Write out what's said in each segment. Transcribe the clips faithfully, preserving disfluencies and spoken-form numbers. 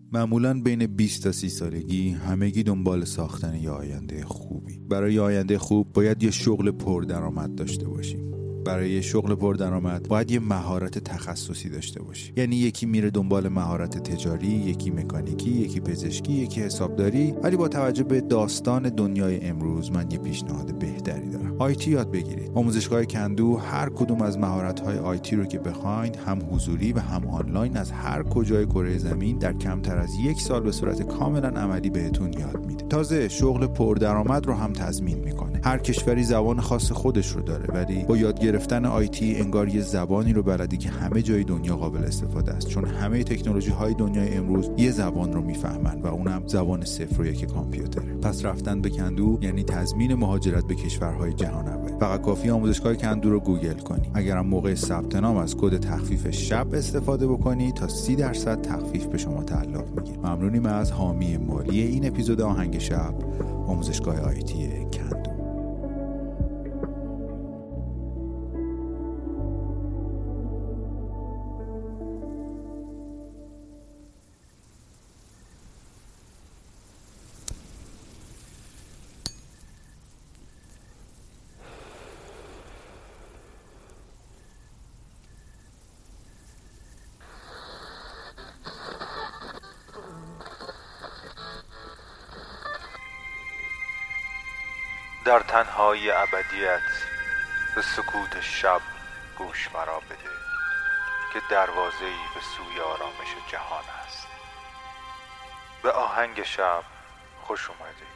معمولاً بین بیست تا سی سالگی همگی دنبال ساختن یه آینده خوبی. برای یه آینده خوب باید یه شغل پردرآمد داشته باشیم. برای یه شغل پردرآمد باید یه مهارت تخصصی داشته باشی. یعنی یکی میره دنبال مهارت تجاری، یکی مکانیکی، یکی پزشکی، یکی حسابداری. ولی با توجه به داستان دنیای امروز من یه پیشنهاد بهتری دارم. آیتی یاد بگیرید. آموزشگاه کندو هر کدوم از مهارت‌های آیتی رو که بخواید، هم حضوری و هم آنلاین از هر کجای کره زمین در کمتر از یک سال به صورت کاملا عملی بهتون یاد میده. تازه شغل پردرآمد رو هم تضمین میکنه. هر کشوری زبان خاص خودش رو داره، ولی با یاد گرفتن آیتی انگار یه زبانی رو بلدی که همه جای دنیا قابل استفاده است، چون همه تکنولوژی های دنیای امروز یه زبان رو میفهمن و اونم زبان صفر و یک کامپیوتره. پس رفتن به کندو یعنی تضمین مهاجرت به کشورهای جهان اول. فقط کافی آموزشگاه کندو رو گوگل کنی. اگرم موقع ثبت نام از کد تخفیف شب استفاده بکنی تا سی درصد تخفیف به شما تعلق میگیره. ممنونیم از حامی مالی این اپیزود آهنگ شب، آموزشگاه آیتی کندو. در تنهای ابدیت به سکوت شب گوش مرا بده که دروازه‌ای به سوی آرامش جهان است. به آهنگ شب خوش اومدید.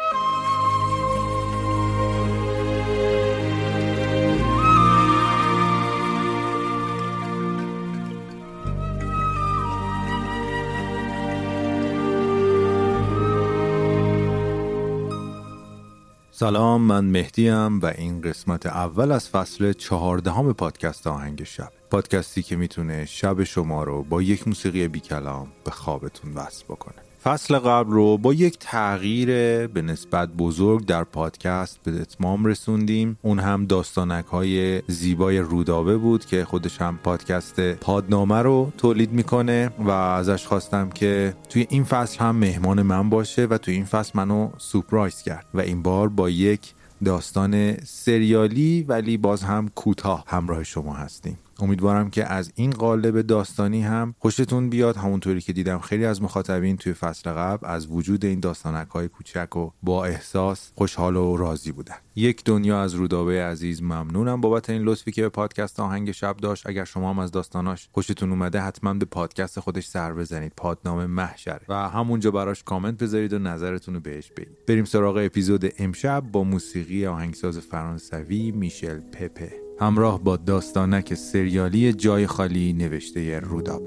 سلام، من مهدیم و این قسمت اول از فصل چهاردهم پادکست آهنگ شب. پادکستی که میتونه شب شما رو با یک موسیقی بی کلام به خوابتون وصل بکنه. فصل قبل رو با یک تغییر به نسبت بزرگ در پادکست به اتمام رسوندیم. اون هم داستانک های زیبای رودابه بود که خودش هم پادکست پادنامه رو تولید میکنه و ازش خواستم که توی این فصل هم مهمان من باشه و توی این فصل منو سورپرایز کرد و این بار با یک داستان سریالی ولی باز هم کوتاه همراه شما هستیم. امیدوارم که از این قالب داستانی هم خوشتون بیاد. همونطوری که دیدم خیلی از مخاطبین توی فصل قبل از وجود این داستانک‌های کوچک و با احساس خوشحال و راضی بودن. یک دنیا از رودابه عزیز ممنونم بابت این لطفی که به پادکست آهنگ شب داشت. اگر شما هم از داستاناش خوشتون اومده حتما به پادکست خودش سر بزنید، پادنامه محشره، و همونجا براش کامنت بذارید و نظرتون رو بهش بگید. بریم سراغ اپیزود امشب با موسیقی آهنگساز فرانسوی میشل پپه همراه با داستانک سریالی جای خالی نوشته رودابه.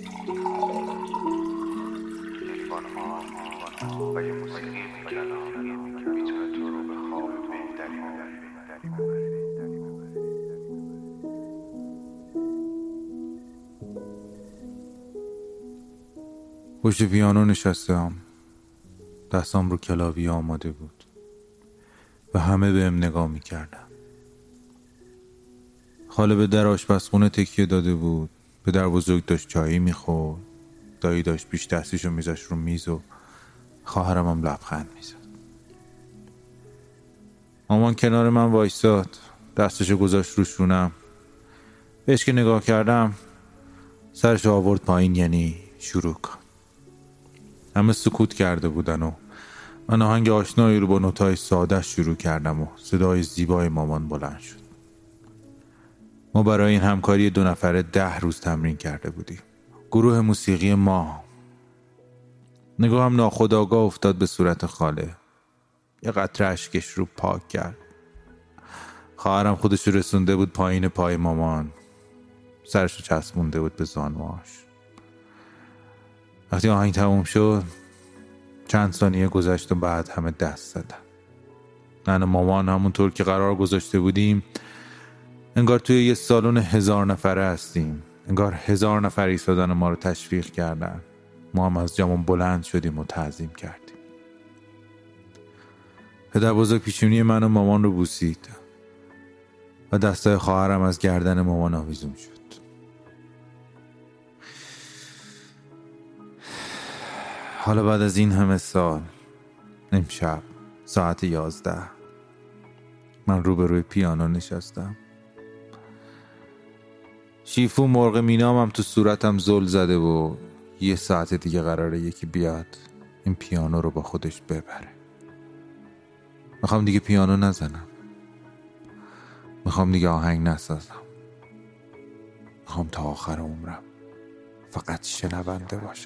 و یه موسیقی بی‌کلام میتونه تو رو به خواب بهتری ببره. پشت پیانو نشستم، دستام رو کلاویه آماده بود و همه بهم نگاه میکردن. خاله به در آشپزخونه تکیه داده بود، به در بزرگ داشت چایی میخورد، دایی داشت پیش دستیشو میذاشت رو میز و خواهرم هم لبخند میزد. مامان کنار من وایساد، دستشو گذاشت رو شونم. بهش که نگاه کردم سرشو آورد پایین، یعنی شروع کن. همه سکوت کرده بودن و من آهنگ آشنایی رو با نوتای ساده شروع کردم و صدای زیبای مامان بلند شد. ما برای این همکاری دو نفره ده روز تمرین کرده بودیم. گروه موسیقی ما. نگاهم ناخودآگاه افتاد به صورت خاله. یه قطره اشکش رو پاک کرد. خواهرم خودش رو رسونده بود پایین پای مامان. سرش رو چسبونده بود به زانوهاش. وقتی آهنگ تموم شد چند ثانیه گذشت و بعد همه دست زدن. من و مامان همونطور که قرار گذاشته بودیم انگار توی یه سالن هزار نفره هستیم. انگار هزار نفر ایستادن و ما رو تشویق کردن. ما هم از جامون بلند شدیم و تعظیم کردیم. پدر بزرگ پیشونی من و مامان رو بوسید و دستای خواهرم از گردن مامان آویزون شد. حالا بعد از این همه سال، امشب ساعت یازده من روبروی پیانو نشستم. شیفو مرغ مینامم تو صورتم زل زده و یه ساعت دیگه قراره یکی بیاد این پیانو رو با خودش ببره. میخوام دیگه پیانو نزنم، میخوام دیگه آهنگ نسازم، میخوام تا آخر عمرم فقط شنونده باشم.